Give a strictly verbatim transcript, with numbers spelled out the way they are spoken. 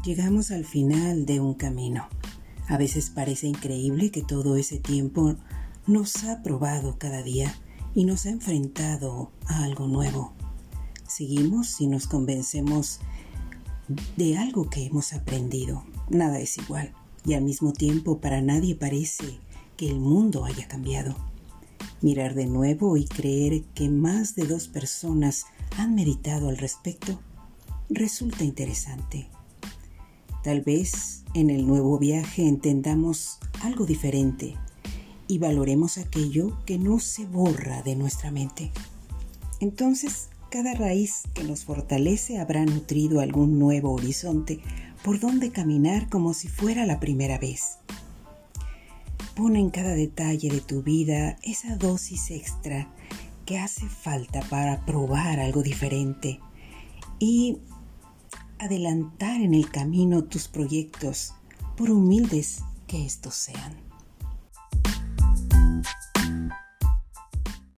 Llegamos al final de un camino. A veces parece increíble que todo ese tiempo nos ha probado cada día y nos ha enfrentado a algo nuevo. Seguimos y nos convencemos de algo que hemos aprendido. Nada es igual y al mismo tiempo para nadie parece que el mundo haya cambiado. Mirar de nuevo y creer que más de dos personas han meditado al respecto resulta interesante. Tal vez en el nuevo viaje entendamos algo diferente y valoremos aquello que no se borra de nuestra mente. Entonces, cada raíz que nos fortalece habrá nutrido algún nuevo horizonte por donde caminar como si fuera la primera vez. Pon en cada detalle de tu vida esa dosis extra que hace falta para probar algo diferente y adelantar en el camino tus proyectos, por humildes que estos sean.